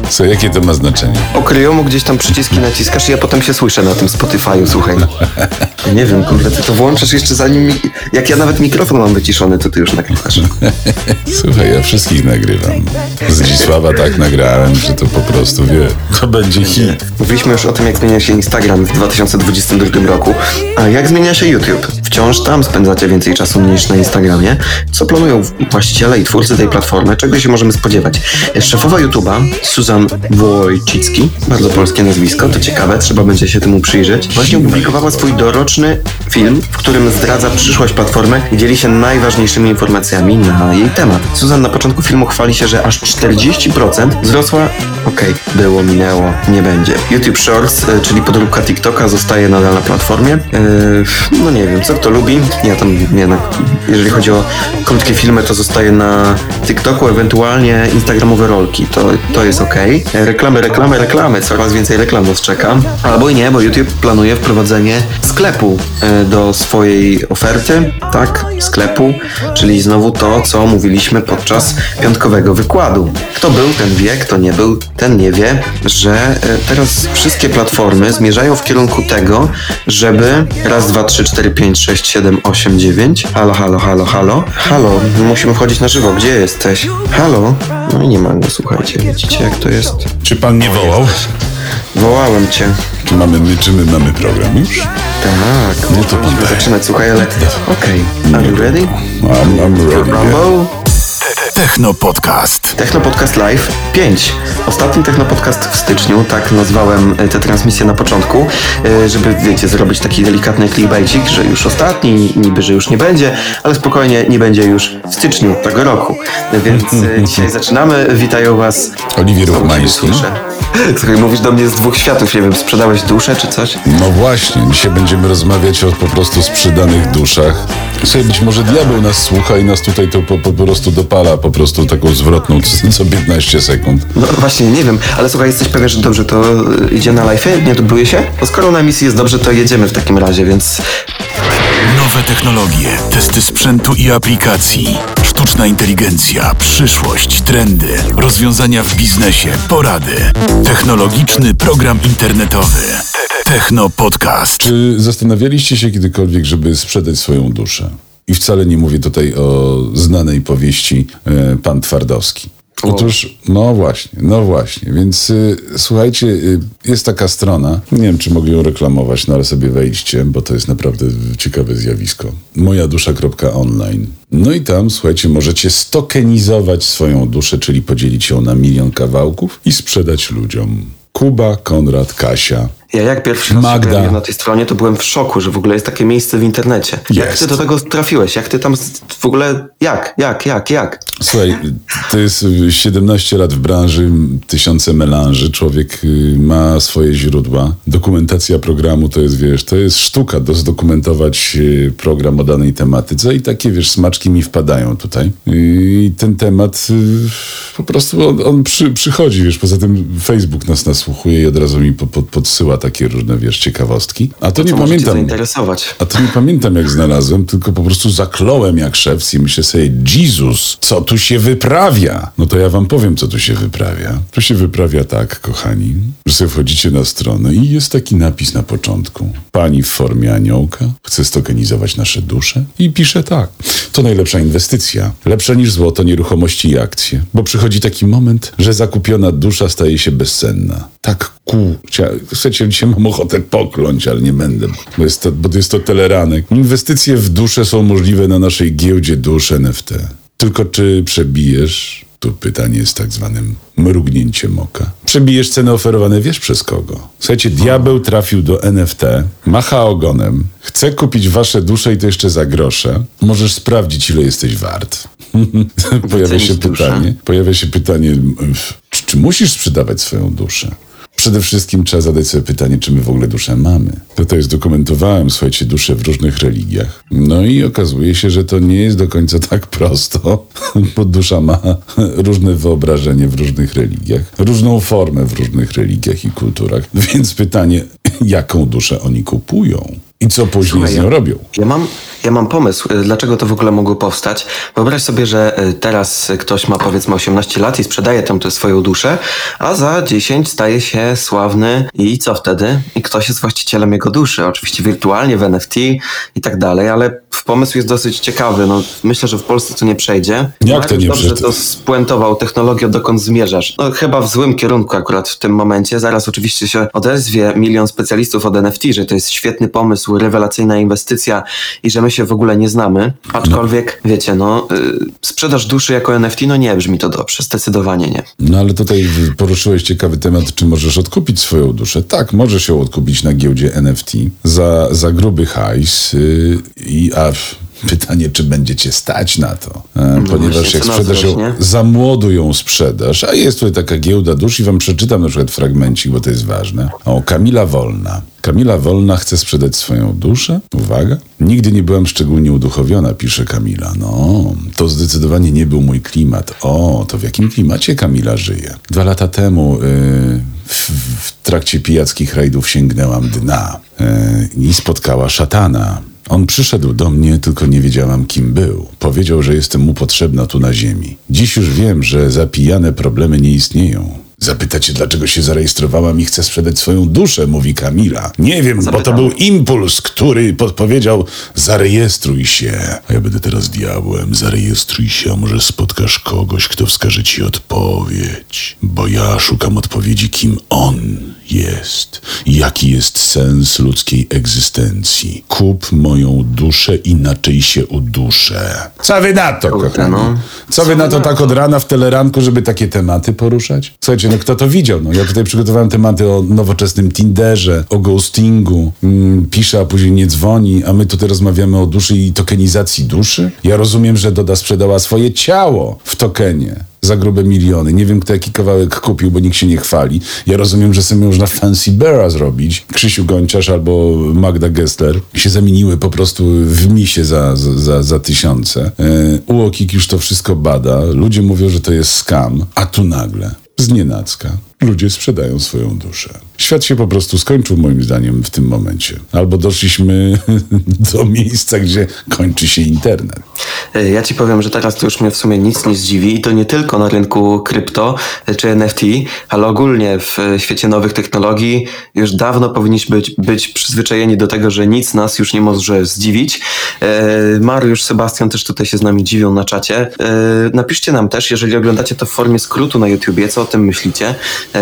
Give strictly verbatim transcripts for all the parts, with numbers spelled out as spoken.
Co, jakie to ma znaczenie? Okryją mu gdzieś tam przyciski, naciskasz i ja potem się słyszę na tym Spotify'u, słuchaj. Ja nie wiem, kurde, ty to włączasz jeszcze zanim... Mi... Jak ja nawet mikrofon mam wyciszony, to ty już nagrywasz. Słuchaj, ja wszystkich nagrywam. Zdzisława tak nagrałem, że to po prostu, wie, to będzie hit. Mówiliśmy już o tym, jak zmienia się Instagram w dwa tysiące dwudziestym drugim roku. A jak zmienia się YouTube? Wciąż tam spędzacie więcej czasu niż na Instagramie. Co planują właściciele i twórcy tej platformy? Czego się możemy spodziewać? Szefowa YouTube'a, Susan Wojcicki, bardzo polskie nazwisko, to ciekawe, trzeba będzie się temu przyjrzeć, właśnie opublikowała swój doroczny film, w którym zdradza przyszłość platformy i dzieli się najważniejszymi informacjami na jej temat. Susan na początku filmu chwali się, że aż czterdzieści procent wzrosła... Okej, okay, było, minęło, nie będzie. YouTube Shorts, czyli podróbka TikToka, zostaje nadal na platformie. Yy, no nie wiem, co kto lubi. Ja tam jednak, jeżeli chodzi o krótkie filmy, to zostaje na TikToku, ewentualnie instagramowe rolki. To, to jest okej. Okay. Reklamy, reklamy, reklamy. Coraz więcej reklam nas czeka. Albo i nie, bo YouTube planuje wprowadzenie sklepu yy, do swojej oferty. Tak, sklepu, czyli znowu to, co mówiliśmy podczas piątkowego wykładu. Kto był, ten wie, kto nie był, ten nie wie, że teraz wszystkie platformy zmierzają w kierunku tego, żeby raz, dwa, trzy, cztery, pięć, sześć, siedem, osiem, dziewięć. Halo, halo, halo, halo. Halo, musimy wchodzić na żywo. Gdzie jesteś? Halo? No i nie ma go, słuchajcie. Widzicie, jak to jest? Czy pan nie wołał? Wołałem cię. Czy mamy my, czy my mamy program już? Tak. No to musimy zaczynać, słuchaj, ale... Okej. Okay. Are you ready? I'm, I'm ready. Rumble? Techno Podcast. Techno Podcast Live pięć. Ostatni Techno Podcast w styczniu, tak nazwałem tę transmisję na początku, żeby, wiecie, zrobić taki delikatny clickbaitik, że już ostatni, niby, że już nie będzie, ale spokojnie, nie będzie już w styczniu tego roku. Więc dzisiaj zaczynamy. Witają was... Oliwier Romański. Słuchaj, mówisz do mnie z dwóch światów, nie wiem, sprzedałeś duszę czy coś? No właśnie, dzisiaj będziemy rozmawiać o po prostu sprzedanych duszach. Słuchaj, być może diabeł nas słucha i nas tutaj to po, po prostu dopala po prostu taką zwrotną co piętnaście sekund. No właśnie, nie wiem, ale słuchaj, jesteś pewien, że dobrze to idzie na live'ie? Nie dubluje się? No skoro na emisji jest dobrze, to jedziemy w takim razie, więc... Nowe technologie, testy sprzętu i aplikacji, sztuczna inteligencja, przyszłość, trendy, rozwiązania w biznesie, porady. Technologiczny program internetowy. Techno Podcast. Czy zastanawialiście się kiedykolwiek, żeby sprzedać swoją duszę? I wcale nie mówię tutaj o znanej powieści e, Pan Twardowski. Otóż, no właśnie, no właśnie, więc y, słuchajcie, y, jest taka strona, nie wiem, czy mogę ją reklamować, no ale sobie wejdźcie, bo to jest naprawdę ciekawe zjawisko. moja dusza kropka online. No i tam, słuchajcie, możecie stokenizować swoją duszę, czyli podzielić ją na milion kawałków i sprzedać ludziom. Kuba, Konrad, Kasia. Ja jak pierwszy raz się pojawiłem na tej stronie, to byłem w szoku, że w ogóle jest takie miejsce w internecie. Jest. Jak ty do tego trafiłeś? Jak ty tam w ogóle... Jak? Jak? Jak? Jak? Słuchaj, to jest siedemnaście lat w branży, tysiące melanży, człowiek ma swoje źródła. Dokumentacja programu to jest, wiesz, to jest sztuka, do zdokumentować program o danej tematyce i takie, wiesz, smaczki mi wpadają tutaj. I ten temat po prostu on, on przy, przychodzi, wiesz, poza tym Facebook nas nasłuchuje i od razu mi po, po, podsyła takie różne, wiesz, ciekawostki. A to, to nie pamiętam. Zainteresować. A to nie pamiętam, jak znalazłem, tylko po prostu zakląłem jak szewc i myślę sobie, Jezus, co tu się wyprawia? No to ja wam powiem, co tu się wyprawia. Tu się wyprawia tak, kochani, że sobie wchodzicie na stronę i jest taki napis na początku. Pani w formie aniołka chce stokenizować nasze dusze i pisze tak. To najlepsza inwestycja. Lepsza niż złoto, nieruchomości i akcje. Bo przychodzi taki moment, że zakupiona dusza staje się bezcenna. Tak ku... Chcecie, dzisiaj mam ochotę pokląć, ale nie będę, bo jest to, bo to jest to teleranek. Inwestycje w duszę są możliwe na naszej giełdzie dusz N F T. Tylko czy przebijesz, tu pytanie jest tak zwanym mrugnięciem oka, przebijesz ceny oferowane wiesz przez kogo? Słuchajcie, diabeł trafił do N F T, macha ogonem, chce kupić wasze dusze i to jeszcze za grosze. Możesz sprawdzić, ile jesteś wart. Pojawia się pytanie, pojawia się pytanie, czy, czy musisz sprzedawać swoją duszę? Przede wszystkim trzeba zadać sobie pytanie, czy my w ogóle duszę mamy. Tutaj zdokumentowałem, słuchajcie, dusze w różnych religiach. No i okazuje się, że to nie jest do końca tak prosto, bo dusza ma różne wyobrażenie w różnych religiach, różną formę w różnych religiach i kulturach. Więc pytanie, jaką duszę oni kupują? I co później Słuchaj, z nią ja, robią? Ja mam, ja mam pomysł, y, dlaczego to w ogóle mogło powstać. Wyobraź sobie, że y, teraz ktoś ma powiedzmy osiemnaście lat i sprzedaje tam tę swoją duszę, a za dziesięć staje się sławny i co wtedy? I ktoś jest właścicielem jego duszy, oczywiście wirtualnie w N F T i tak dalej, ale pomysł jest dosyć ciekawy. No, myślę, że w Polsce to nie przejdzie. Jak Mariusz to nie dobrze przejdzie? to spuentował, technologią dokąd zmierzasz. No chyba w złym kierunku akurat w tym momencie. Zaraz oczywiście się odezwie milion specjalistów od N F T, że to jest świetny pomysł, rewelacyjna inwestycja i że my się w ogóle nie znamy. Aczkolwiek, no. wiecie, no y, sprzedaż duszy jako N F T, no nie brzmi to dobrze, zdecydowanie nie. No ale tutaj poruszyłeś ciekawy temat, czy możesz odkupić swoją duszę. Tak, możesz ją odkupić na giełdzie N F T za, za gruby hajs yy, i a pytanie, czy będziecie stać na to, e, no ponieważ właśnie, jak cena sprzedasz ją, wzrośnie. za młodu ją sprzedasz, a jest tutaj taka giełda dusz i wam przeczytam na przykład fragmencik, bo to jest ważne. O, Kamila Wolna. Kamila Wolna chce sprzedać swoją duszę. Uwaga. Nigdy nie byłam szczególnie uduchowiona, pisze Kamila. No, to zdecydowanie nie był mój klimat. O, to w jakim klimacie Kamila żyje? Dwa lata temu yy, w, w trakcie pijackich rajdów sięgnęłam dna yy, i spotkała szatana. On przyszedł do mnie, tylko nie wiedziałam, kim był. Powiedział, że jestem mu potrzebna tu na ziemi. Dziś już wiem, że zapijane problemy nie istnieją. Zapytacie, dlaczego się zarejestrowałam i chcę sprzedać swoją duszę, mówi Kamila. Nie wiem, Zapytam. bo to był impuls, który podpowiedział, zarejestruj się. A ja będę teraz diabłem, zarejestruj się, a może spotkasz kogoś, kto wskaże ci odpowiedź. Bo ja szukam odpowiedzi, kim on jest. Jaki jest sens ludzkiej egzystencji. Kup moją duszę, inaczej się uduszę. Co wy na to, Kurde, kochani? no. Co wy na to tak od rana w teleranku, żeby takie tematy poruszać? Słuchajcie, no kto to widział? No ja tutaj przygotowałem tematy o nowoczesnym Tinderze, o ghostingu. Mm, pisze, a później nie dzwoni, a my tutaj rozmawiamy o duszy i tokenizacji duszy? Ja rozumiem, że Doda sprzedała swoje ciało w tokenie za grube miliony. Nie wiem, kto jaki kawałek kupił, bo nikt się nie chwali. Ja rozumiem, że sobie można Fancy Beara zrobić. Krzysiu Gonciarz albo Magda Gessler się zamieniły po prostu w misie za, za, za tysiące. E, UOKiK już to wszystko bada. Ludzie mówią, że to jest scam. A tu nagle, znienacka, ludzie sprzedają swoją duszę. Świat się po prostu skończył, moim zdaniem, w tym momencie. Albo doszliśmy do miejsca, gdzie kończy się internet. Ja ci powiem, że teraz to już mnie w sumie nic nie zdziwi i to nie tylko na rynku krypto czy N F T, ale ogólnie w świecie nowych technologii już dawno powinniśmy być, być przyzwyczajeni do tego, że nic nas już nie może zdziwić. Mariusz, Sebastian też tutaj się z nami dziwią na czacie. Napiszcie nam też, jeżeli oglądacie to w formie skrótu na YouTubie, co o tym myślicie.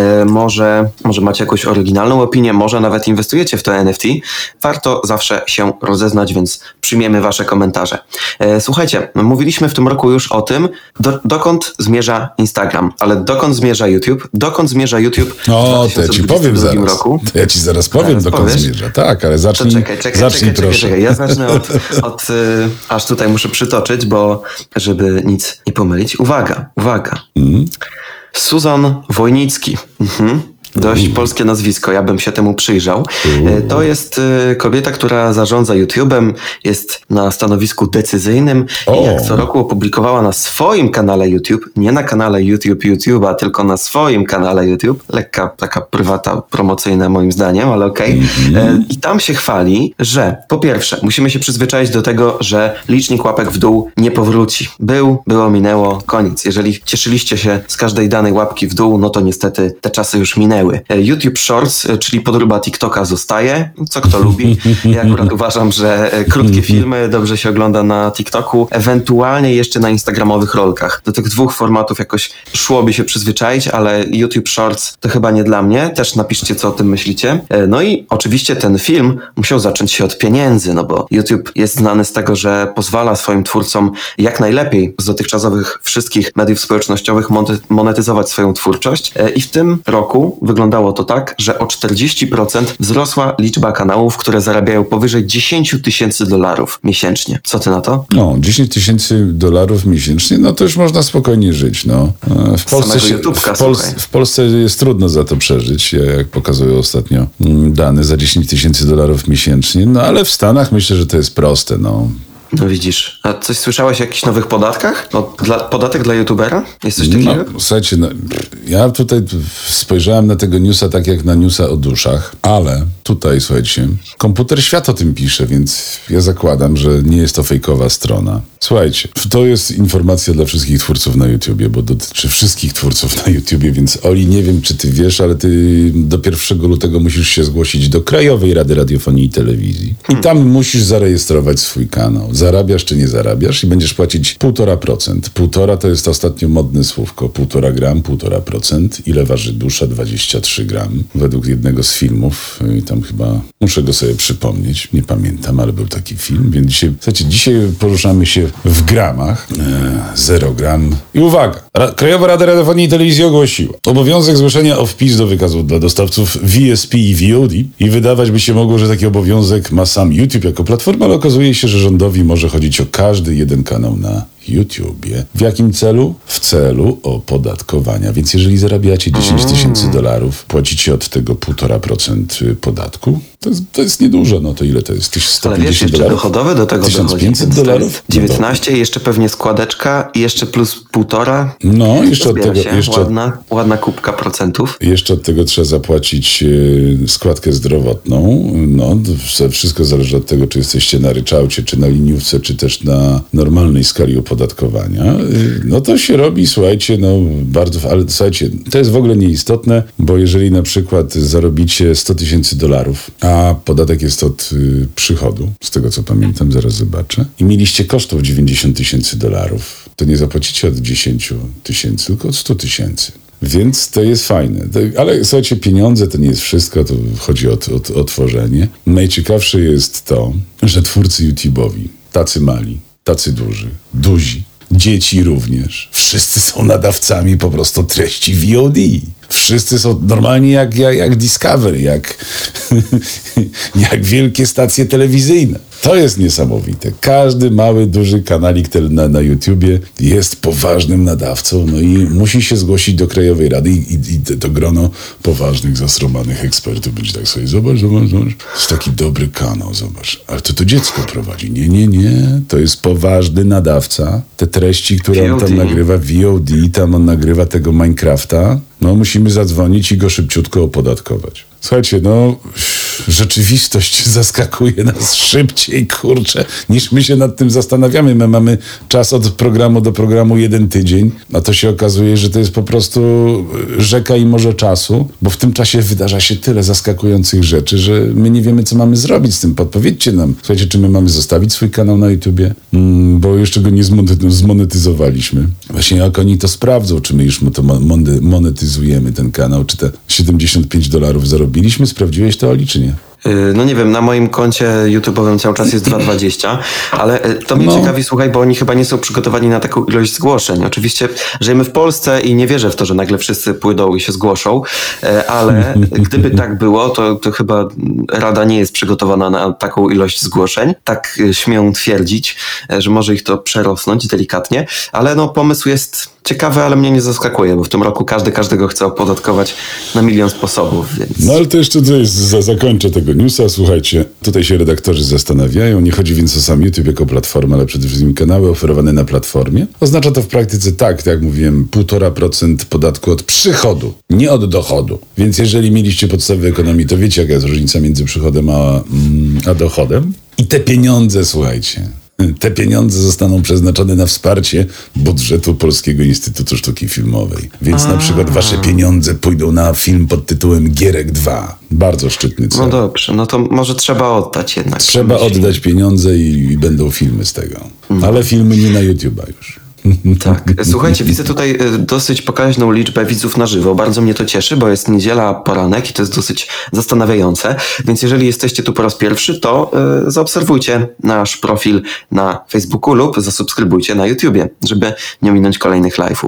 Może, może macie jakąś oryginalną opinię, może nawet inwestujecie w to N F T. Warto zawsze się rozeznać, więc przyjmiemy wasze komentarze. Słuchajcie, mówiliśmy w tym roku już o tym, do, dokąd zmierza Instagram, ale dokąd zmierza YouTube, dokąd zmierza YouTube w O, to ja ci powiem zaraz. roku. To ja ci zaraz powiem, Zaraz dokąd powiesz? zmierza. Tak, ale zacznij, To czekaj, czekaj, zacznij czekaj, proszę. czekaj, czekaj. Ja zacznę od, od y, aż tutaj muszę przytoczyć, bo żeby nic nie pomylić. Uwaga, uwaga. Mm. Susan Wojnicki. Mhm. Dość polskie nazwisko, ja bym się temu przyjrzał. E, To jest e, kobieta, która zarządza YouTube'em, jest na stanowisku decyzyjnym O. i jak co roku opublikowała na swoim kanale YouTube, nie na kanale YouTube YouTube'a, tylko na swoim kanale YouTube, lekka taka prywata promocyjna moim zdaniem, ale okej. E, I tam się chwali, że po pierwsze musimy się przyzwyczaić do tego, że licznik łapek w dół nie powróci. Był, było, minęło, koniec. Jeżeli cieszyliście się z każdej danej łapki w dół, no to niestety te czasy już minęły. YouTube Shorts, czyli podróba TikToka, zostaje, co kto lubi. Ja akurat uważam, że krótkie filmy dobrze się ogląda na TikToku, ewentualnie jeszcze na instagramowych rolkach. Do tych dwóch formatów jakoś szłoby się przyzwyczaić, ale YouTube Shorts to chyba nie dla mnie. Też napiszcie, co o tym myślicie. No i oczywiście ten film musiał zacząć się od pieniędzy, no bo YouTube jest znany z tego, że pozwala swoim twórcom jak najlepiej z dotychczasowych wszystkich mediów społecznościowych monetyzować swoją twórczość. I w tym roku wyglądało to tak, że o czterdzieści procent wzrosła liczba kanałów, które zarabiają powyżej dziesięć tysięcy dolarów miesięcznie. Co ty na to? No, dziesięć tysięcy dolarów miesięcznie, no to już można spokojnie żyć, no. W Polsce, się, w, Pols- w Polsce jest trudno za to przeżyć, jak pokazują ostatnio dane, za dziesięć tysięcy dolarów miesięcznie, no ale w Stanach myślę, że to jest proste, no. No widzisz. A coś słyszałeś o jakichś nowych podatkach? O, dla, podatek dla youtubera? Jest coś takiego? No, słuchajcie, no, ja tutaj spojrzałem na tego newsa tak jak na newsa o duszach, ale tutaj, słuchajcie, Komputer Świat o tym pisze, więc ja zakładam, że nie jest to fejkowa strona. Słuchajcie, to jest informacja dla wszystkich twórców na YouTubie, bo dotyczy wszystkich twórców na YouTubie, więc Oli, nie wiem, czy ty wiesz, ale ty do pierwszego lutego musisz się zgłosić do Krajowej Rady Radiofonii i Telewizji. I tam musisz zarejestrować swój kanał. Zarabiasz czy nie zarabiasz i będziesz płacić półtora procent. Półtora to jest ostatnio modne słówko. Półtora gram, półtora procent. Ile waży dusza? dwadzieścia trzy gram. Według jednego z filmów. I tam chyba, muszę go sobie przypomnieć. Nie pamiętam, ale był taki film. Więc dzisiaj, słuchajcie, dzisiaj poruszamy się w gramach. Zero gram. I uwaga! Ra- Krajowa Rada Radiofonii i Telewizji ogłosiła obowiązek zgłoszenia o wpis do wykazu dla dostawców V S P i V O D. I wydawać by się mogło, że taki obowiązek ma sam YouTube jako platforma, ale okazuje się, że rządowi może chodzić o każdy jeden kanał na YouTubie. W jakim celu? W celu opodatkowania. Więc jeżeli zarabiacie dziesięć tysięcy dolarów, płacicie od tego półtora procent podatku, to jest, to jest niedużo. No to ile to jest? sto Ale wiesz, jeszcze dolarów? dochodowe do tego tysiąc pięćset dochodzi. dolarów? dziewiętnaście, no jeszcze pewnie składeczka i jeszcze plus półtora. No, jeszcze od Zbiera tego... się Jeszcze, ładna, ładna kubka procentów. Jeszcze od tego trzeba zapłacić e, składkę zdrowotną. No, to wszystko zależy od tego, czy jesteście na ryczałcie, czy na liniówce, czy też na normalnej skali opodatkowania. E, no to się robi, słuchajcie, no bardzo... Ale słuchajcie, to jest w ogóle nieistotne, bo jeżeli na przykład zarobicie sto tysięcy dolarów, a podatek jest od y, przychodu, z tego co pamiętam, zaraz zobaczę, i mieliście kosztów dziewięćdziesiąt tysięcy dolarów, to nie zapłacicie od dziesięć tysięcy, tylko od sto tysięcy. Więc to jest fajne. To, ale słuchajcie, pieniądze to nie jest wszystko, to chodzi o, o, o tworzenie. Najciekawsze jest to, że twórcy YouTube'owi, tacy mali, tacy duży, duzi, dzieci również, wszyscy są nadawcami po prostu treści V O D. Wszyscy są normalnie jak, jak, jak Discovery, jak, jak wielkie stacje telewizyjne. To jest niesamowite. Każdy mały, duży kanalik na, na YouTubie jest poważnym nadawcą, no i musi się zgłosić do Krajowej Rady i, i, i to grono poważnych, zasromanych ekspertów będzie tak sobie, zobacz, zobacz, zobacz, to jest taki dobry kanał, zobacz. Ale to to dziecko prowadzi. Nie, nie, nie. To jest poważny nadawca. Te treści, które on tam nagrywa, V O D, tam on nagrywa tego Minecrafta, no musimy zadzwonić i go szybciutko opodatkować. Słuchajcie, no rzeczywistość zaskakuje nas szybciej, kurczę, niż my się nad tym zastanawiamy. My mamy czas od programu do programu jeden tydzień, a to się okazuje, że to jest po prostu rzeka i morze czasu, bo w tym czasie wydarza się tyle zaskakujących rzeczy, że my nie wiemy, co mamy zrobić z tym. Podpowiedzcie nam. Słuchajcie, czy my mamy zostawić swój kanał na YouTubie? Mm, bo jeszcze go nie zmonetyzowaliśmy. Właśnie jak oni to sprawdzą, czy my już to monetyzujemy ten kanał, czy te siedemdziesiąt pięć dolarów zarobiliśmy? Sprawdziłeś to, Oli, czy nie? No nie wiem, na moim koncie YouTube'owym cały czas jest dwa dwadzieścia, ale to mnie no. ciekawi, słuchaj, bo oni chyba nie są przygotowani na taką ilość zgłoszeń. Oczywiście żyjemy w Polsce i nie wierzę w to, że nagle wszyscy pójdą i się zgłoszą, ale gdyby tak było, to, to chyba Rada nie jest przygotowana na taką ilość zgłoszeń. Tak śmiem twierdzić, że może ich to przerosnąć delikatnie, ale no pomysł jest ciekawy, ale mnie nie zaskakuje, bo w tym roku każdy każdego chce opodatkować na milion sposobów, więc... No ale to jeszcze tutaj za, zakończę tego newsa. Słuchajcie, tutaj się redaktorzy zastanawiają. Nie chodzi więc o sam YouTube jako platformę, ale przede wszystkim kanały oferowane na platformie. Oznacza to w praktyce tak, tak jak mówiłem, półtora procent podatku od przychodu, nie od dochodu. Więc jeżeli mieliście podstawy ekonomii, to wiecie, jaka jest różnica między przychodem a, a dochodem. I te pieniądze, słuchajcie... Te pieniądze zostaną przeznaczone na wsparcie budżetu Polskiego Instytutu Sztuki Filmowej. Więc A. na przykład wasze pieniądze pójdą na film pod tytułem Gierek dwa. Bardzo szczytny cel. No dobrze, no to może trzeba oddać jednak. Trzeba oddać pieniądze i, i będą filmy z tego. No. Ale filmy nie na YouTube'a już. Tak. Słuchajcie, widzę tutaj dosyć pokaźną liczbę widzów na żywo. Bardzo mnie to cieszy, bo jest niedziela, poranek i to jest dosyć zastanawiające. Więc jeżeli jesteście tu po raz pierwszy, to y, zaobserwujcie nasz profil na Facebooku lub zasubskrybujcie na YouTubie, żeby nie ominąć kolejnych live'ów.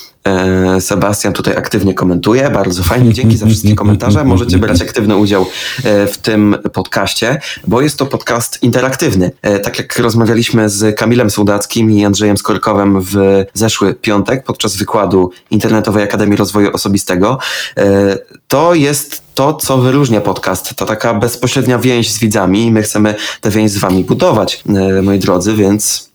Sebastian tutaj aktywnie komentuje, bardzo fajnie, dzięki za wszystkie komentarze. Możecie brać aktywny udział w tym podcaście, bo jest to podcast interaktywny. Tak jak rozmawialiśmy z Kamilem Sołdackim i Andrzejem Skorkowem w zeszły piątek podczas wykładu Internetowej Akademii Rozwoju Osobistego, to jest to, co wyróżnia podcast. To taka bezpośrednia więź z widzami i my chcemy tę więź z wami budować, moi drodzy, więc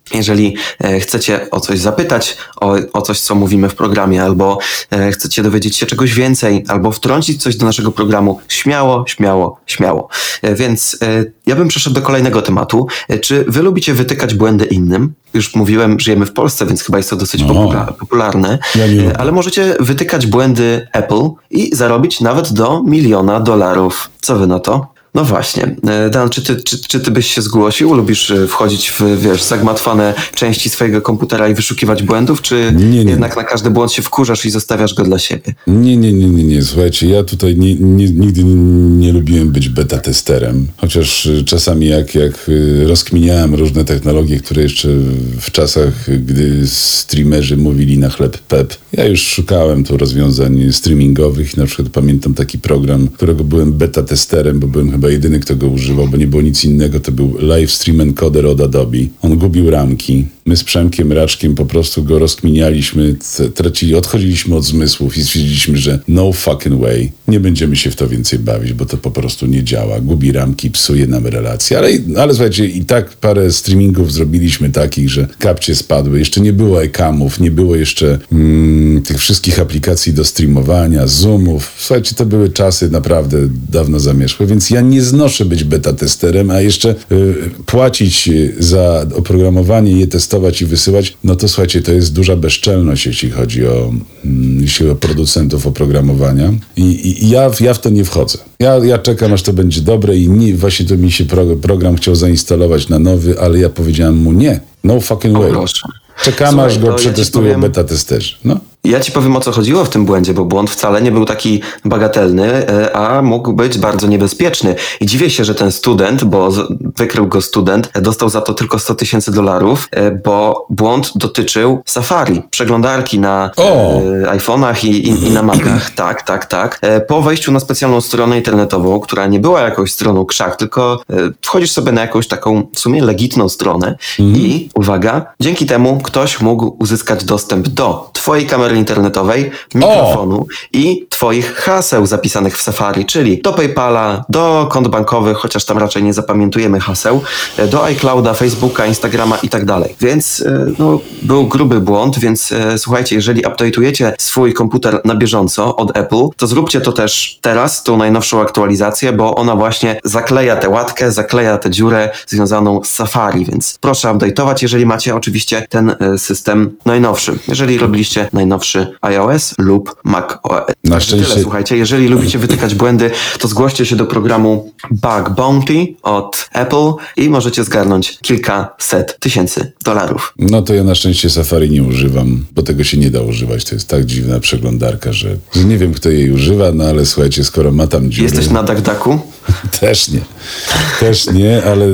Jeżeli e, chcecie o coś zapytać, o, o coś, co mówimy w programie, albo e, chcecie dowiedzieć się czegoś więcej, albo wtrącić coś do naszego programu, śmiało, śmiało, śmiało. E, więc e, ja bym przeszedł do kolejnego tematu. E, czy wy lubicie wytykać błędy innym? Już mówiłem, żyjemy w Polsce, więc chyba jest to dosyć No. popula- popularne, Ja nie e, lubię. ale możecie wytykać błędy Apple i zarobić nawet do miliona dolarów. Co wy na to? No właśnie. E, Dan, czy ty, czy, czy ty byś się zgłosił? Lubisz e, wchodzić w, wiesz, zagmatwane części swojego komputera i wyszukiwać błędów, czy Nie, nie. jednak na każdy błąd się wkurzasz i zostawiasz go dla siebie? Nie, nie, nie, nie, nie. Słuchajcie, ja tutaj nie, nie, nigdy nie lubiłem być beta testerem, chociaż y, czasami jak, jak y, rozkminiałem różne technologie, które jeszcze w czasach, y, gdy streamerzy mówili na chleb pep, ja już szukałem tu rozwiązań streamingowych. Na przykład pamiętam taki program, którego byłem beta testerem, bo byłem chyba jedyny, kto go używał, bo nie było nic innego. To był Live Stream Encoder od Adobe. On gubił ramki. My z Przemkiem Raczkiem po prostu go rozkminialiśmy, t- tracili, odchodziliśmy od zmysłów i stwierdziliśmy, że no fucking way. Nie będziemy się w to więcej bawić, bo to po prostu nie działa. Gubi ramki, psuje nam relacje. Ale, ale słuchajcie, i tak parę streamingów zrobiliśmy takich, że kapcie spadły. Jeszcze nie było ekamów, nie było jeszcze mm, tych wszystkich aplikacji do streamowania, zoomów. Słuchajcie, to były czasy naprawdę dawno zamierzchłe, więc ja nie znoszę być beta testerem, a jeszcze y, płacić za oprogramowanie, je testować i wysyłać, no to słuchajcie, to jest duża bezczelność, jeśli chodzi o, mm, jeśli chodzi o producentów oprogramowania. I, i, i ja, ja w to nie wchodzę. Ja, ja czekam, aż to będzie dobre i nie, właśnie to mi się pro, program chciał zainstalować na nowy, ale ja powiedziałem mu nie. No fucking O, way. proszę. Czekam, Słuchaj, aż to go ja ci przetestują powiem- beta testerzy. No. Ja ci powiem, o co chodziło w tym błędzie, bo błąd wcale nie był taki bagatelny, e, a mógł być bardzo niebezpieczny. I dziwię się, że ten student, bo z- wykrył go student, e, dostał za to tylko sto tysięcy dolarów, e, bo błąd dotyczył Safari, przeglądarki na O! e, iPhone'ach i, i, i na Macach. Tak, tak, tak. E, po wejściu na specjalną stronę internetową, która nie była jakąś stroną krzak, tylko e, wchodzisz sobie na jakąś taką w sumie legitną stronę i uwaga, dzięki temu ktoś mógł uzyskać dostęp do twojej kamery internetowej, mikrofonu i twoich haseł zapisanych w Safari, czyli do PayPala, do kont bankowych, chociaż tam raczej nie zapamiętujemy haseł, e, do iClouda, Facebooka, Instagrama i tak dalej. Więc e, no, był gruby błąd, więc e, słuchajcie, jeżeli update'ujecie swój komputer na bieżąco od Apple, to zróbcie to też teraz, tą najnowszą aktualizację, bo ona właśnie zakleja tę łatkę, zakleja tę dziurę związaną z Safari, więc proszę update'ować, jeżeli macie oczywiście ten e, system najnowszy. Jeżeli robiliście najnowszy iOS lub macOS. Na Także szczęście- tyle, słuchajcie. Jeżeli lubicie wytykać błędy, to zgłoście się do programu Bug Bounty od Apple i możecie zgarnąć kilkaset tysięcy dolarów. No to ja na szczęście Safari nie używam, bo tego się nie da używać. To jest tak dziwna przeglądarka, że, że nie wiem, kto jej używa, no ale słuchajcie, skoro ma tam dziury... Jesteś na DuckDucku? Też nie. Też nie, ale...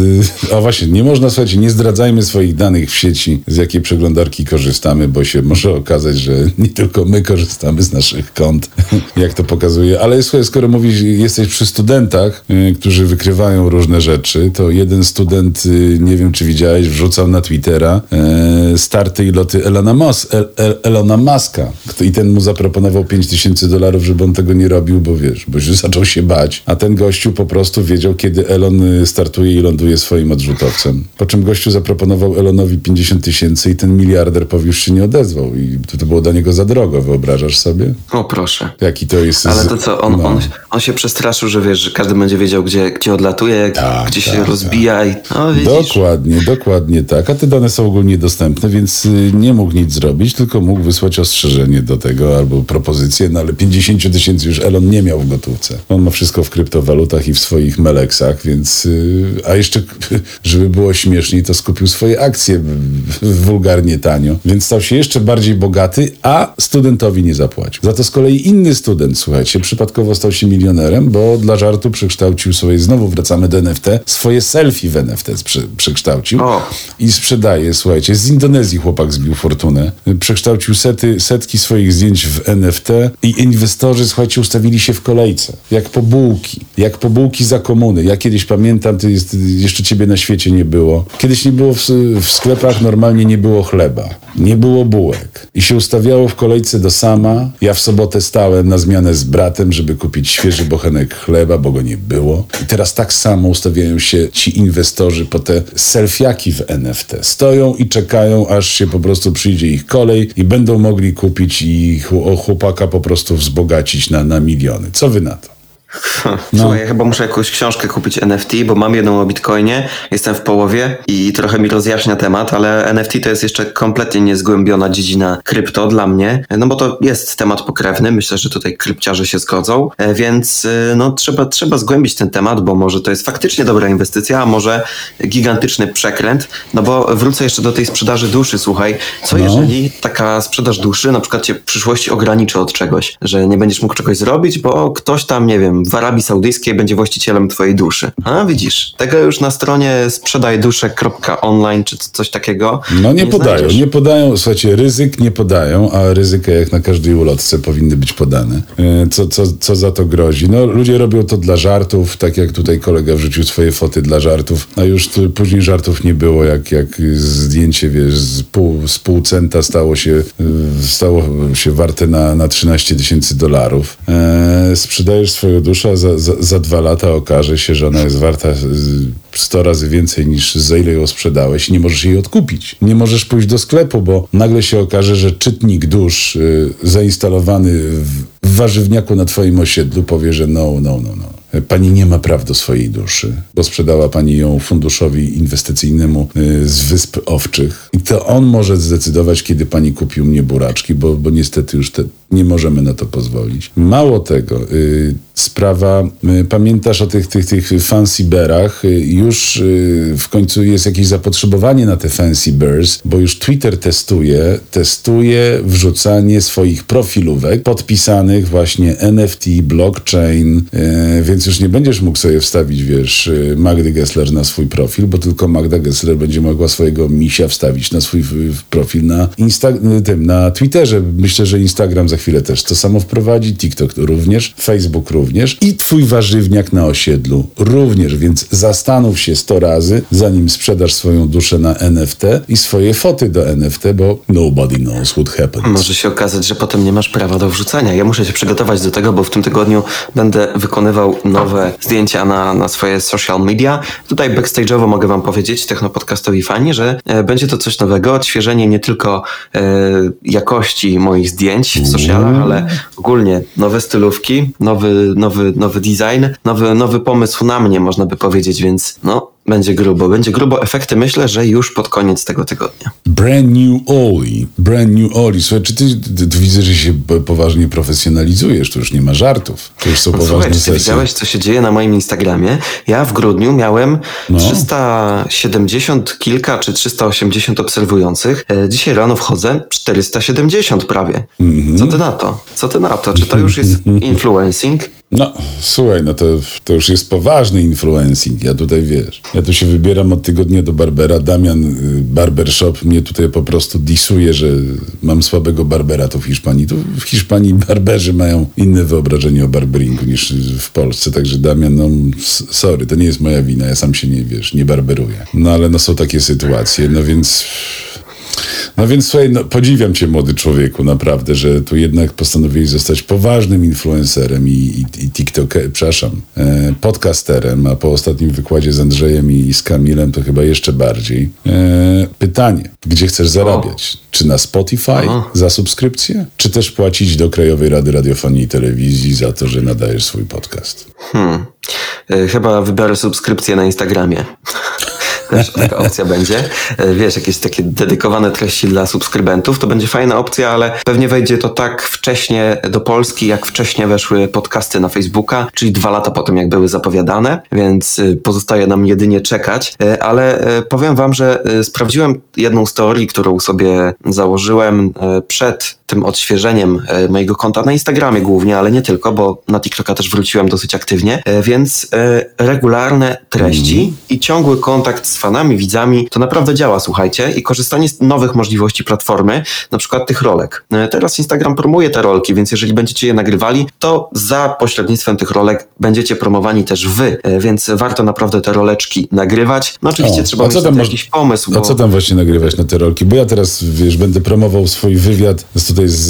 A właśnie, nie można, słuchajcie, nie zdradzajmy swoich danych w sieci, z jakiej przeglądarki korzystamy, bo się może okazać, że nie tylko my korzystamy z naszych kont, jak to pokazuje. Ale słuchaj, skoro mówisz, jesteś przy studentach, y, którzy wykrywają różne rzeczy, to jeden student, y, nie wiem, czy widziałeś, wrzucał na Twittera y, starty i loty Elona, Mos- El- El- Elona Muska. Kto- I ten mu zaproponował pięć tysięcy dolarów, żeby on tego nie robił, bo wiesz, bo już zaczął się bać. A ten gościu po prostu wiedział, kiedy Elon y, startuje i ląduje swoim odrzutowcem. Po czym gościu zaproponował Elonowi pięćdziesiąt tysięcy i ten miliarder powiesz się nie odezwał. I to, to było dla niego za drogo, wyobrażasz sobie? O proszę. Jaki to jest... Ale z- to co, on, no. on, on się przestraszył, że wiesz, że każdy będzie wiedział, gdzie, gdzie odlatuje, Tak, gdzie tak, się rozbija i no widzisz. Dokładnie, dokładnie tak. A te dane są ogólnie dostępne, więc y, nie mógł nic zrobić, tylko mógł wysłać ostrzeżenie do tego albo propozycję, no ale pięćdziesiąt tysięcy już Elon nie miał w gotówce. On ma wszystko w kryptowalutach i w swoich meleksach, więc... Y, a jeszcze, żeby było śmieszniej, to skupił swoje akcje w, w, wulgarnie tanio, więc stał się jeszcze bardziej bogaty, a studentowi nie zapłacił. Za to z kolei inny student, słuchajcie, przypadkowo stał się milionerem, bo dla żartu przekształcił swoje, znowu wracamy do N F T, swoje selfie w N F T prze, przekształcił O. i sprzedaje, słuchajcie, z Indonezji chłopak zbił fortunę, przekształcił sety, setki swoich zdjęć w N F T i inwestorzy, słuchajcie, ustawili się w kolejce, jak po bułki, jak po bułki za komuny. Ja kiedyś pamiętam, to jest, jeszcze ciebie na świecie nie było. Kiedyś nie było w, w sklepach, normalnie nie było chleba. nie było bułek i się ustawiało w kolejce do sama. Ja w sobotę stałem na zmianę z bratem, żeby kupić świeży bochenek chleba, bo go nie było. I teraz tak samo ustawiają się ci inwestorzy po te selfiaki w N F T. Stoją i czekają, aż się po prostu przyjdzie ich kolej i będą mogli kupić i chłopaka po prostu wzbogacić na, na miliony. Co wy na to? No. Słuchaj, ja chyba muszę jakąś książkę kupić N F T, bo mam jedną o Bitcoinie, jestem w połowie i trochę mi rozjaśnia temat, ale N F T to jest jeszcze kompletnie niezgłębiona dziedzina krypto dla mnie, no bo to jest temat pokrewny, myślę, że tutaj krypciarze się zgodzą, więc no trzeba, trzeba zgłębić ten temat, bo może to jest faktycznie dobra inwestycja, a może gigantyczny przekręt, no bo wrócę jeszcze do tej sprzedaży duszy, słuchaj, co no. jeżeli taka sprzedaż duszy na przykład cię w przyszłości ograniczy od czegoś, że nie będziesz mógł czegoś zrobić, bo ktoś tam, nie wiem, w Arabii Saudyjskiej będzie właścicielem twojej duszy. A widzisz, tego już na stronie sprzedajdusze kropka online czy coś takiego No nie, nie podają, znajdziesz. nie podają, słuchajcie, ryzyk nie podają, a ryzyka jak na każdej ulotce powinny być podane. Co, co, co za to grozi? No ludzie robią to dla żartów, tak jak tutaj kolega wrzucił swoje foty dla żartów, a już tu, później żartów nie było, jak, jak zdjęcie, wiesz, z pół, z pół centa stało się, stało się warte na, na trzynaście tysięcy dolarów. Eee, sprzedajesz swoją duszę, a za, za, za dwa lata okaże się, że ona jest warta sto razy więcej niż za ile ją sprzedałeś i nie możesz jej odkupić. Nie możesz pójść do sklepu, bo nagle się okaże, że czytnik dusz y, zainstalowany w, w warzywniaku na twoim osiedlu powie, że no, no, no, no. Pani nie ma praw do swojej duszy, bo sprzedała pani ją funduszowi inwestycyjnemu y, z Wysp Owczych. I to on może zdecydować, kiedy pani kupi u mnie buraczki, bo, bo niestety już te, nie możemy na to pozwolić. Mało tego, y, sprawa, y, pamiętasz o tych, tych, tych fancy bearach, y, już y, w końcu jest jakieś zapotrzebowanie na te fancy bears, bo już Twitter testuje, testuje wrzucanie swoich profilówek podpisanych właśnie N F T, blockchain, y, więc już nie będziesz mógł sobie wstawić, wiesz, Magdy Gessler na swój profil, bo tylko Magda Gessler będzie mogła swojego misia wstawić na swój profil na, Insta- tym, na Twitterze. Myślę, że Instagram za chwilę też to samo wprowadzi, TikTok również, Facebook również i twój warzywniak na osiedlu również, więc zastanów się sto razy, zanim sprzedasz swoją duszę na N F T i swoje foty do N F T, bo nobody knows what happens. Może się okazać, że potem nie masz prawa do wrzucania. Ja muszę się przygotować do tego, bo w tym tygodniu będę wykonywał nowe zdjęcia na, na swoje social media. Tutaj backstage'owo mogę wam powiedzieć, technopodcastowi fani, że e, będzie to coś nowego, odświeżenie nie tylko e, jakości moich zdjęć w socialach, ale ogólnie nowe stylówki, nowy, nowy, nowy design, nowy, nowy pomysł na mnie, można by powiedzieć, więc no, będzie grubo. Będzie grubo. Efekty myślę, że już pod koniec tego tygodnia. Brand new Oli. Brand new Oli. Słuchaj, czy ty, ty, ty widzę, że się poważnie profesjonalizujesz? To już nie ma żartów. To już są No, poważne słuchaj, czy ty sesje. widziałeś, co się dzieje na moim Instagramie? Ja w grudniu miałem No. trzysta siedemdziesiąt kilka czy trzysta osiemdziesiąt obserwujących. E, dzisiaj rano wchodzę czterysta siedemdziesiąt prawie. Mm-hmm. Co ty na to? Co ty na to? Czy to już jest influencing? No, słuchaj, no to, to już jest poważny influencing. Ja tutaj, wiesz, ja tu się wybieram od tygodnia do barbera. Damian, y, barbershop, mnie tutaj po prostu disuje, że mam słabego barbera tu w Hiszpanii. Tu w Hiszpanii barberzy mają inne wyobrażenie o barberingu niż w Polsce. Także Damian, no s- sorry, to nie jest moja wina. Ja sam się nie, wiesz, nie barberuję. No ale no są takie sytuacje, no więc... No więc słuchaj, no, podziwiam cię, młody człowieku, naprawdę, że tu jednak postanowiłeś zostać poważnym influencerem i, i, i tiktokerem, przepraszam, e, podcasterem, a po ostatnim wykładzie z Andrzejem i, i z Kamilem to chyba jeszcze bardziej. E, pytanie, gdzie chcesz zarabiać? Czy na Spotify O. za subskrypcję? Czy też płacić do Krajowej Rady Radiofonii i Telewizji za to, że nadajesz swój podcast? Hmm. E, chyba wybiorę subskrypcję na Instagramie. Też taka opcja będzie. E, Wiesz, jakieś takie dedykowane treści dla subskrybentów, to będzie fajna opcja, ale pewnie wejdzie to tak wcześnie do Polski, jak wcześniej weszły podcasty na Facebooka, czyli dwa lata po tym, jak były zapowiadane, więc e, pozostaje nam jedynie czekać. E, Ale e, powiem wam, że e, sprawdziłem jedną z teorii, którą sobie założyłem e, przed tym odświeżeniem e, mojego konta na Instagramie głównie, ale nie tylko, bo na TikToka też wróciłem dosyć aktywnie, e, więc e, regularne treści mm. i ciągły kontakt z fanami, widzami, to naprawdę działa, słuchajcie, i korzystanie z nowych możliwości platformy, na przykład tych rolek. E, teraz Instagram promuje te rolki, więc jeżeli będziecie je nagrywali, to za pośrednictwem tych rolek będziecie promowani też wy, e, więc warto naprawdę te roleczki nagrywać. No oczywiście o, trzeba mieć masz, jakiś pomysł. A bo... co tam właśnie nagrywać na te rolki? Bo ja teraz, wiesz, będę promował swój wywiad z tutaj z,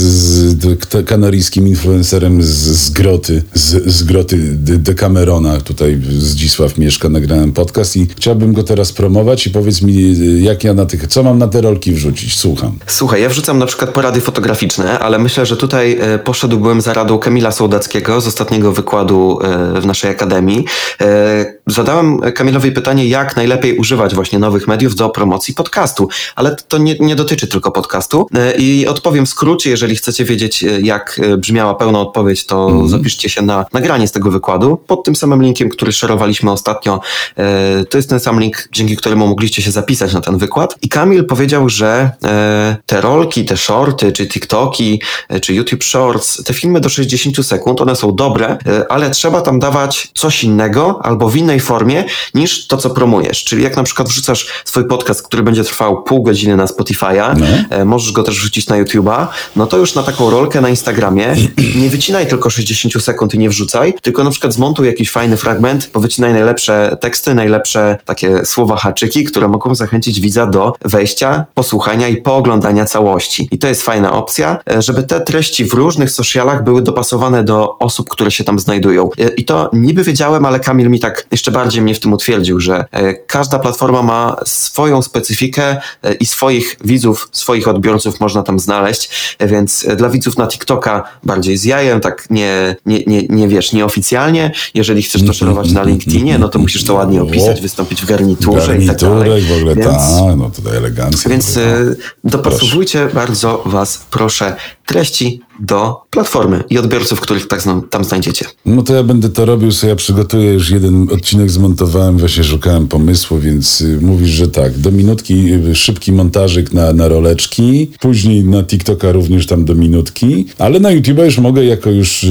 z kanaryjskim influencerem z, z Groty, z, z Groty Decamerona. Tutaj Zdzisław mieszka, nagrałem podcast i chciałbym go teraz promować i powiedz mi, jak ja na tych, co mam na te rolki wrzucić? Słucham. Słuchaj, ja wrzucam na przykład porady fotograficzne, ale myślę, że tutaj e, poszedłbym za radą Kamila Sołdackiego z ostatniego wykładu e, w naszej akademii. E, zadałem Kamilowi pytanie, jak najlepiej używać właśnie nowych mediów do promocji podcastu, ale to nie, nie dotyczy tylko podcastu e, i odpowiem w skrócie, jeżeli chcecie wiedzieć, jak brzmiała pełna odpowiedź, to mm. zapiszcie się na nagranie z tego wykładu pod tym samym linkiem, który szerowaliśmy ostatnio. E, to jest ten sam link, dzięki któremu mogliście się zapisać na ten wykład. I Kamil powiedział, że e, te rolki, te shorty, czy TikToki, e, czy YouTube Shorts, te filmy do sześćdziesiąt sekund, one są dobre, e, ale trzeba tam dawać coś innego albo w innej formie niż to, co promujesz. Czyli jak na przykład wrzucasz swój podcast, który będzie trwał pół godziny na Spotify'a, no. e, możesz go też wrzucić na YouTube'a, no to już na taką rolkę na Instagramie nie wycinaj tylko sześćdziesiąt sekund i nie wrzucaj, tylko na przykład zmontuj jakiś fajny fragment, powycinaj najlepsze teksty, najlepsze takie słowa haczyki, które mogą zachęcić widza do wejścia, posłuchania i pooglądania całości. I to jest fajna opcja, żeby te treści w różnych socialach były dopasowane do osób, które się tam znajdują. I to niby wiedziałem, ale Kamil mi tak jeszcze bardziej mnie w tym utwierdził, że każda platforma ma swoją specyfikę i swoich widzów, swoich odbiorców można tam znaleźć, więc dla widzów na TikToka bardziej z jajem, tak nie, nie, nie, nie wiesz, nieoficjalnie. Jeżeli chcesz to szerować na LinkedInie, no to musisz to ładnie opisać, wystąpić w garniturze, garniturze i tak dalej. w ogóle, więc, ta, no tutaj elegancja. Więc y, dopasowujcie proszę. bardzo was, proszę, treści do platformy i odbiorców, których tak zna, tam znajdziecie. No to ja będę to robił, sobie ja przygotuję, już jeden odcinek zmontowałem, właśnie szukałem pomysłu, więc y, mówisz, że tak, do minutki y, szybki montażyk na, na roleczki, później na TikToka również tam do minutki, ale na YouTube'a już mogę jako już y,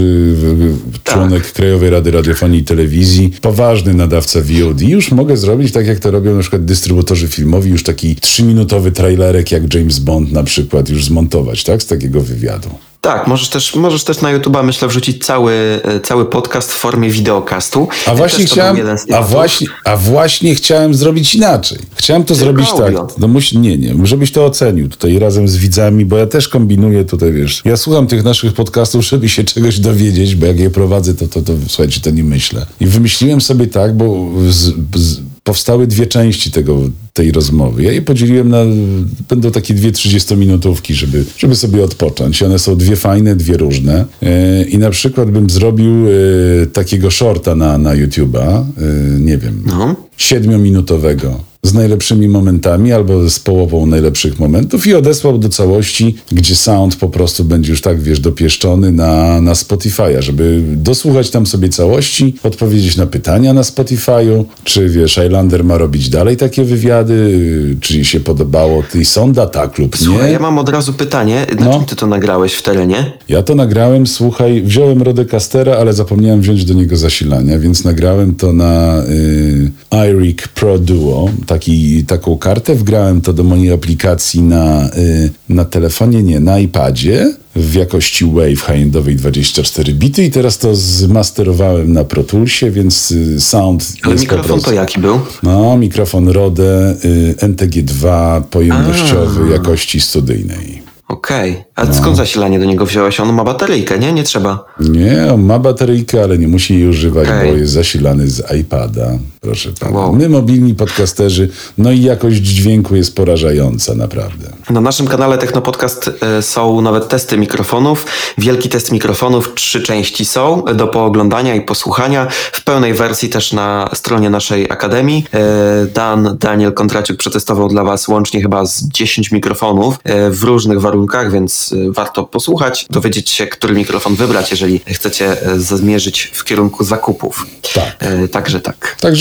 y, członek tak. Krajowej Rady Radiofonii i Telewizji, poważny nadawca V O D, już mogę zrobić tak, jak to robią na przykład dystrybutorzy filmowi, już taki trzyminutowy trailerek jak James Bond na przykład już zmontować, tak, z takiego wywiadu. Tak, możesz też, możesz też na YouTube'a, myślę, wrzucić cały, cały podcast w formie wideokastu. A właśnie chciałem, a właśnie, a właśnie chciałem zrobić inaczej. Chciałem to Tylko zrobić audio. tak. No musi, nie, nie, żebyś to ocenił tutaj razem z widzami, bo ja też kombinuję tutaj, wiesz. Ja słucham tych naszych podcastów, żeby się czegoś dowiedzieć, bo jak je prowadzę, to, to, to słuchajcie, to nie myślę. I wymyśliłem sobie tak, bo z, z, powstały dwie części tego, tej rozmowy. Ja je podzieliłem na, będą takie dwie trzydziestominutówki, żeby, żeby sobie odpocząć. One są dwie fajne, dwie różne. Yy, I na przykład bym zrobił yy, takiego shorta na, na YouTube'a, yy, nie wiem, no. siedmiominutowego. Z najlepszymi momentami albo z połową najlepszych momentów i odesłał do całości, gdzie sound po prostu będzie już tak, wiesz, dopieszczony na, na Spotify'a, żeby dosłuchać tam sobie całości, odpowiedzieć na pytania na Spotify'u, czy wiesz, Highlander ma robić dalej takie wywiady, czy jej się podobało, ty są data klub, nie? Słuchaj, ja mam od razu pytanie, na no. czym ty to nagrałeś w terenie? Ja to nagrałem, słuchaj, wziąłem Rodecastera, ale zapomniałem wziąć do niego zasilania, więc nagrałem to na y, iRig Pro Duo, Taki, taką kartę, wgrałem to do mojej aplikacji na, y, na telefonie, nie, na iPadzie w jakości Wave high-endowej dwadzieścia cztery bity i teraz to zmasterowałem na Pro Toolsie, więc y, sound Ale jest mikrofon po prostu... to jaki był? No, mikrofon Rode y, N T G dwa pojemnościowy A. jakości studyjnej. Okej. Okay. A no. skąd zasilanie do niego wziąłeś? On ma bateryjkę, nie? Nie trzeba. Nie, on ma bateryjkę, ale nie musi jej używać, okay. bo jest zasilany z iPada. Proszę pana. Wow. My, mobilni podcasterzy, no i jakość dźwięku jest porażająca, naprawdę. Na naszym kanale Technopodcast y, są nawet testy mikrofonów. Wielki test mikrofonów, trzy części są do pooglądania i posłuchania. W pełnej wersji też na stronie naszej Akademii. Y, Dan, Daniel Kontraciuk przetestował dla was łącznie chyba z dziesięć mikrofonów y, w różnych warunkach, więc y, warto posłuchać, dowiedzieć się, który mikrofon wybrać, jeżeli chcecie y, zmierzyć w kierunku zakupów. Tak. Y, także tak. Także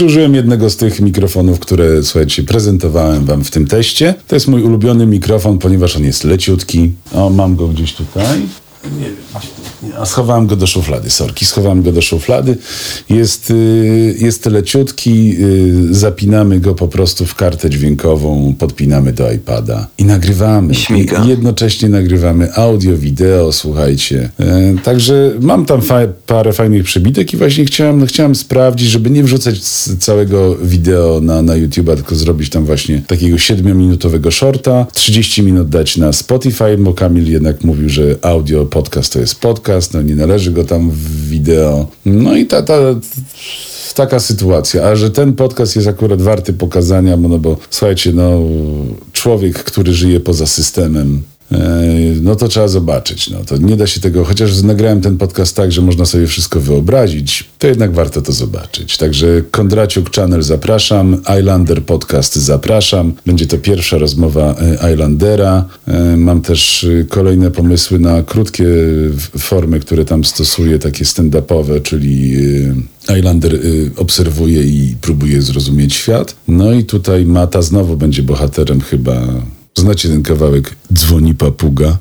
użyłem jednego z tych mikrofonów, które, słuchajcie, prezentowałem wam w tym teście. To jest mój ulubiony mikrofon, ponieważ on jest leciutki. O, mam go gdzieś tutaj. Nie wiem, a schowałem go do szuflady, sorki, schowałem go do szuflady. Jest, y, jest leciutki, y, zapinamy go po prostu w kartę dźwiękową, podpinamy do iPada i nagrywamy. Śmiga. I jednocześnie nagrywamy audio, wideo, słuchajcie. E, także mam tam fa- parę fajnych przybitek i właśnie chciałem, chciałem sprawdzić, żeby nie wrzucać c- całego wideo na, na YouTube'a, tylko zrobić tam właśnie takiego siedmiominutowego shorta, trzydzieści minut dać na Spotify, bo Kamil jednak mówił, że audio, podcast to jest podcast, no nie należy go tam w wideo. No i ta, ta, taka sytuacja. A że ten podcast jest akurat warty pokazania, no bo słuchajcie, no człowiek, który żyje poza systemem, no to trzeba zobaczyć. No to nie da się tego, chociaż nagrałem ten podcast tak, że można sobie wszystko wyobrazić, to jednak warto to zobaczyć. Także Kondraciuk Channel zapraszam, Islander Podcast zapraszam. Będzie to pierwsza rozmowa Islandera. Mam też kolejne pomysły na krótkie formy, które tam stosuję, takie stand-upowe, czyli Islander obserwuje i próbuje zrozumieć świat. No i tutaj Mata znowu będzie bohaterem chyba. Znacie ten kawałek Dzwoni papuga?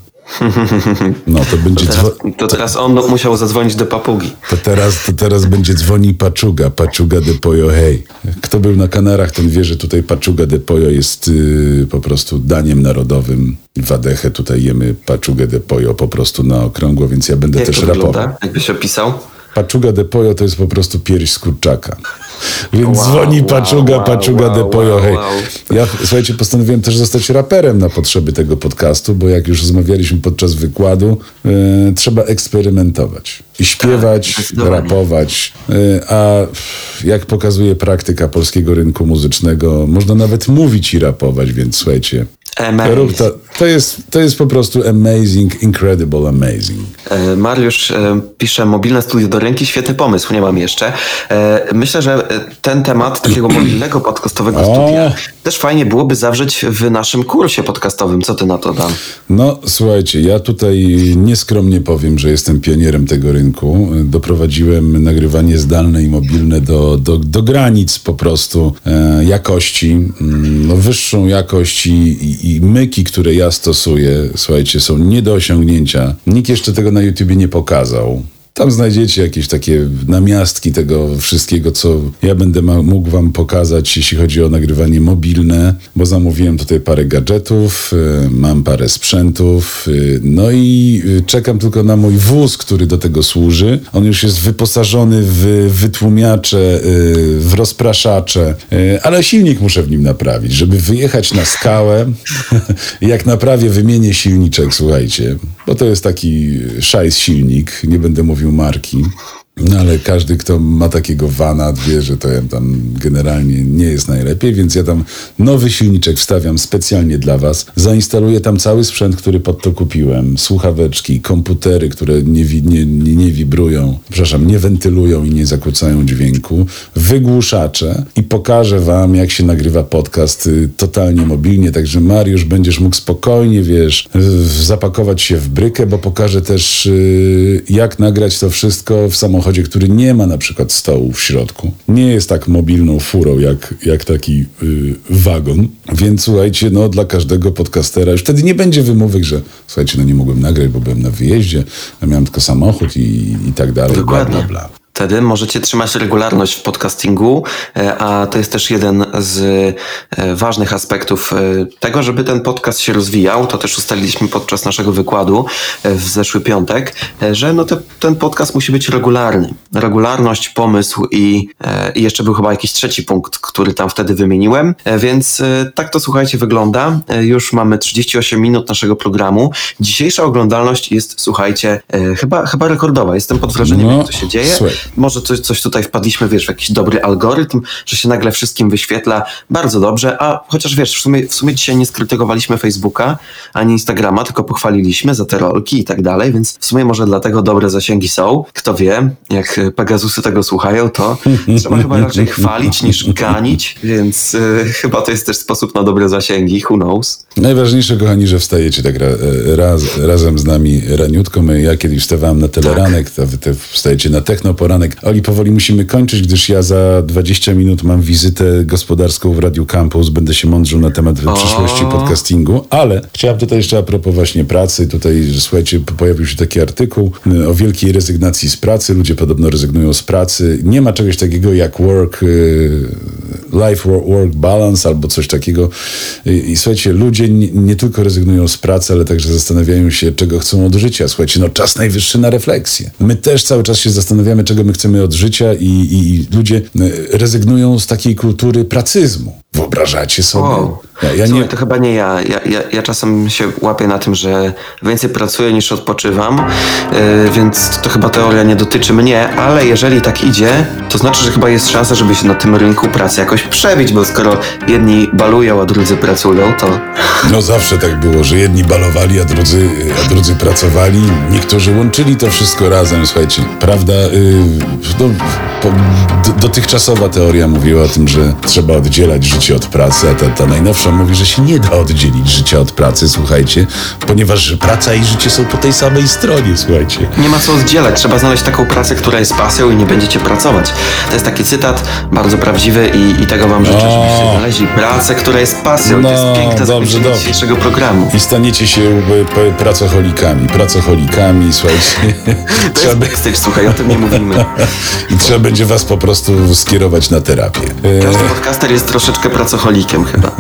No to będzie To teraz, dzwo- to teraz on musiał zadzwonić do papugi. to teraz, to teraz będzie dzwoni paczuga, paczuga de pollo, hej. Kto był na Kanarach, ten wie, że tutaj paczuga de pollo jest yy, po prostu daniem narodowym. W Adechę tutaj jemy paczugę de pollo po prostu na okrągło, więc ja będę Jak też to rapował. wygląda? Jakbyś opisał? Paczuga de pollo to jest po prostu pierś z kurczaka. Więc Wow, dzwoni wow, paczuga, wow, paczuga wow, de pollo, wow, hej. wow. Ja, słuchajcie, postanowiłem też zostać raperem na potrzeby tego podcastu, bo jak już rozmawialiśmy podczas wykładu, e, trzeba eksperymentować. I śpiewać, Tak, zdecydowanie. rapować. E, a jak pokazuje praktyka polskiego rynku muzycznego, można nawet mówić i rapować, więc słuchajcie. Amazing. To, to, jest, to jest po prostu amazing, incredible amazing. E, Mariusz e, pisze, mobilne studio do ręki, świetny pomysł, nie mam jeszcze. E, Myślę, że e, ten temat takiego mobilnego podcastowego O! studia też fajnie byłoby zawrzeć w naszym kursie podcastowym. Co ty na to, Dan? No, słuchajcie, ja tutaj nieskromnie powiem, że jestem pionierem tego rynku. Doprowadziłem nagrywanie zdalne i mobilne do, do, do granic po prostu e, jakości. Mm, no, wyższą jakość i, i, i myki, które ja stosuję, słuchajcie, są nie do osiągnięcia. Nikt jeszcze tego na YouTubie nie pokazał. Tam znajdziecie jakieś takie namiastki tego wszystkiego, co ja będę ma- mógł wam pokazać, jeśli chodzi o nagrywanie mobilne, bo zamówiłem tutaj parę gadżetów, y, mam parę sprzętów, y, no i y, czekam tylko na mój wóz, który do tego służy. On już jest wyposażony w wytłumiacze, y, w rozpraszacze, y, ale silnik muszę w nim naprawić, żeby wyjechać na skałę. Jak naprawię, wymienię silniczek, słuchajcie, bo to jest taki szajs silnik, nie będę mówił marki. No ale każdy, kto ma takiego vana, wie, że to tam generalnie nie jest najlepiej, więc ja tam nowy silniczek wstawiam specjalnie dla was. Zainstaluję tam cały sprzęt, który pod to kupiłem. Słuchaweczki, komputery, które nie, wi- nie, nie, nie wibrują, przepraszam, nie wentylują i nie zakłócają dźwięku. Wygłuszacze i pokażę wam, jak się nagrywa podcast y, totalnie mobilnie. Także Mariusz, będziesz mógł spokojnie, wiesz, y, zapakować się w brykę, bo pokażę też, y, jak nagrać to wszystko w samochodzie, który nie ma na przykład stołu w środku. Nie jest tak mobilną furą jak, jak taki y, wagon. Więc słuchajcie, no dla każdego podcastera już wtedy nie będzie wymówek, że słuchajcie, no nie mogłem nagrać, bo byłem na wyjeździe, a miałem tylko samochód i, i tak dalej, Dokładnie. bla, bla, bla. Wtedy możecie trzymać regularność w podcastingu, e, a to jest też jeden z e, ważnych aspektów e, tego, żeby ten podcast się rozwijał. To też ustaliliśmy podczas naszego wykładu e, w zeszły piątek, e, że no te, ten podcast musi być regularny. Regularność, pomysł i, e, i jeszcze był chyba jakiś trzeci punkt, który tam wtedy wymieniłem. E, więc e, tak to, słuchajcie, wygląda. E, już mamy trzydzieści osiem minut naszego programu. Dzisiejsza oglądalność jest, słuchajcie, e, chyba, chyba rekordowa. Jestem pod wrażeniem, No, jak to się dzieje. słuchaj. Może coś, coś tutaj wpadliśmy, wiesz, w jakiś dobry algorytm, że się nagle wszystkim wyświetla bardzo dobrze, a chociaż wiesz, w sumie, w sumie dzisiaj nie skrytykowaliśmy Facebooka ani Instagrama, tylko pochwaliliśmy za te rolki i tak dalej, więc w sumie może dlatego dobre zasięgi są. Kto wie, jak Pegasusy tego słuchają, to trzeba chyba raczej chwalić niż ganić, więc y, chyba to jest też sposób na dobre zasięgi, who knows. Najważniejsze, kochani, że wstajecie tak ra, raz, razem z nami raniutko. My, ja kiedyś wstawałem na teleranek, to wy te wstajecie na technoporanek. poranek. Oli, powoli musimy kończyć, gdyż ja za dwadzieścia minut mam wizytę gospodarską w Radiu Campus. Będę się mądrzył na temat o. przyszłości podcastingu, ale chciałem tutaj jeszcze a propos właśnie pracy. Tutaj, słuchajcie, pojawił się taki artykuł o wielkiej rezygnacji z pracy. Ludzie podobno rezygnują z pracy. Nie ma czegoś takiego jak work, life-work balance albo coś takiego. I słuchajcie, ludzie nie, nie tylko rezygnują z pracy, ale także zastanawiają się, czego chcą od życia. Słuchajcie, no czas najwyższy na refleksję. My też cały czas się zastanawiamy, czego my chcemy od życia i, i, i ludzie rezygnują z takiej kultury pracyzmu. Wyobrażacie sobie? Wow. Ja, ja Słuchaj, nie... to chyba nie ja. Ja, ja. ja czasem się łapię na tym, że więcej pracuję niż odpoczywam, yy, więc to chyba teoria nie dotyczy mnie, ale jeżeli tak idzie, to znaczy, że chyba jest szansa, żeby się na tym rynku pracy jakoś przebić, bo skoro jedni balują, a drudzy pracują, to... No zawsze tak było, że jedni balowali, a drudzy, a drudzy pracowali. Niektórzy łączyli to wszystko razem, słuchajcie. Prawda, yy, no, po, d- dotychczasowa teoria mówiła o tym, że trzeba oddzielać życie od pracy, a ta, ta najnowsza mówi, że się nie da oddzielić życia od pracy, słuchajcie, ponieważ praca i życie są po tej samej stronie, słuchajcie. Nie ma co oddzielać, trzeba znaleźć taką pracę, która jest pasją i nie będziecie pracować. To jest taki cytat, bardzo prawdziwy i, i tego wam życzę, O. żebyście znaleźli pracę, która jest pasją. No, to jest piękne dobrze, zakończenie dobrze. dzisiejszego programu. I staniecie się y, p- pracocholikami, pracocholikami, słuchajcie. To jest backstage, słuchaj, o tym nie mówimy. I trzeba będzie was po prostu skierować na terapię. E, Każdy podcaster jest troszeczkę pracocholikiem chyba.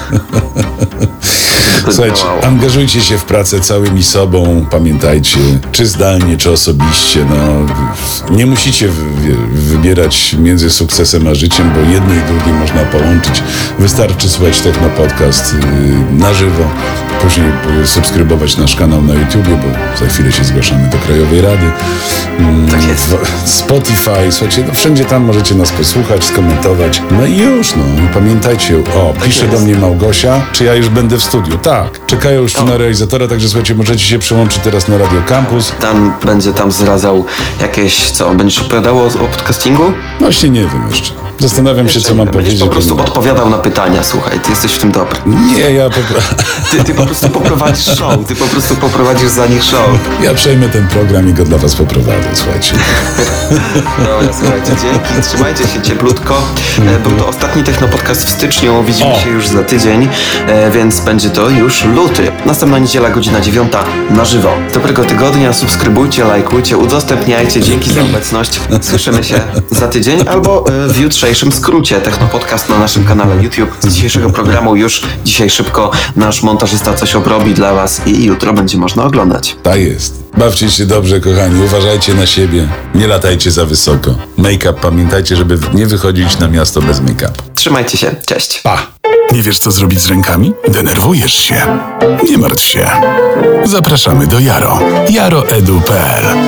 Słuchajcie, angażujcie się w pracę całymi sobą, pamiętajcie, czy zdalnie, czy osobiście, no, nie musicie wy, wybierać między sukcesem a życiem, bo jedno i drugie można połączyć. Wystarczy słuchać Techno Podcast yy, na żywo, później yy, subskrybować nasz kanał na YouTubie, bo za chwilę się zgłaszamy do Krajowej Rady. Yy, Tak jest. w, Spotify, słuchajcie, no, wszędzie tam możecie nas posłuchać, skomentować. No i już, no, i pamiętajcie, o, Tak pisze jest. do mnie Małgosia, czy ja już będę w studiu. Tak, czekają już tu O. na realizatora, także słuchajcie, możecie się przyłączyć teraz na Radio Campus. Dan będzie tam zdradzał jakieś, co, będziesz opowiadał o, o podcastingu? Właśnie nie wiem jeszcze. Zastanawiam się, co mam Będziesz powiedzieć. po prostu odpowiadał na pytania, słuchaj, ty jesteś w tym dobry. Nie, ja po, Ty, ty po prostu poprowadzisz show, ty po prostu poprowadzisz za nich show. ja przejmę ten program i go dla was poprowadzę, słuchajcie. Dobra, słuchajcie, dzięki, trzymajcie się cieplutko. E, Był to ostatni Technopodcast w styczniu, widzimy O. się już za tydzień, e, więc będzie to już luty. Następna niedziela, godzina dziewiąta na żywo. Dobrego tygodnia, subskrybujcie, lajkujcie, udostępniajcie, dzięki za obecność. Słyszymy się za tydzień albo e, w jutrzejszym skrócie Technopodcast na naszym kanale YouTube. Z dzisiejszego programu już dzisiaj szybko nasz montażysta coś obrobi dla was i jutro będzie można oglądać. Tak jest. Bawcie się dobrze, kochani, uważajcie na siebie, nie latajcie za wysoko. Make-up, pamiętajcie, żeby nie wychodzić na miasto bez make-up. Trzymajcie się, cześć. Pa! Nie wiesz, co zrobić z rękami? Denerwujesz się? Nie martw się. Zapraszamy do Jaro. jaro kropka edu kropka pe el.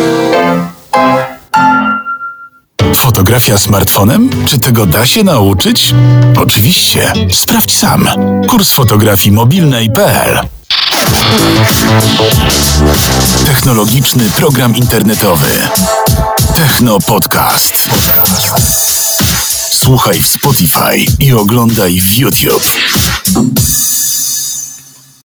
Fotografia smartfonem? Czy tego da się nauczyć? Oczywiście. Sprawdź sam. Kurs fotografii mobilnej kropka pe el. Technologiczny program internetowy. Techno Podcast. Słuchaj w Spotify i oglądaj w YouTube.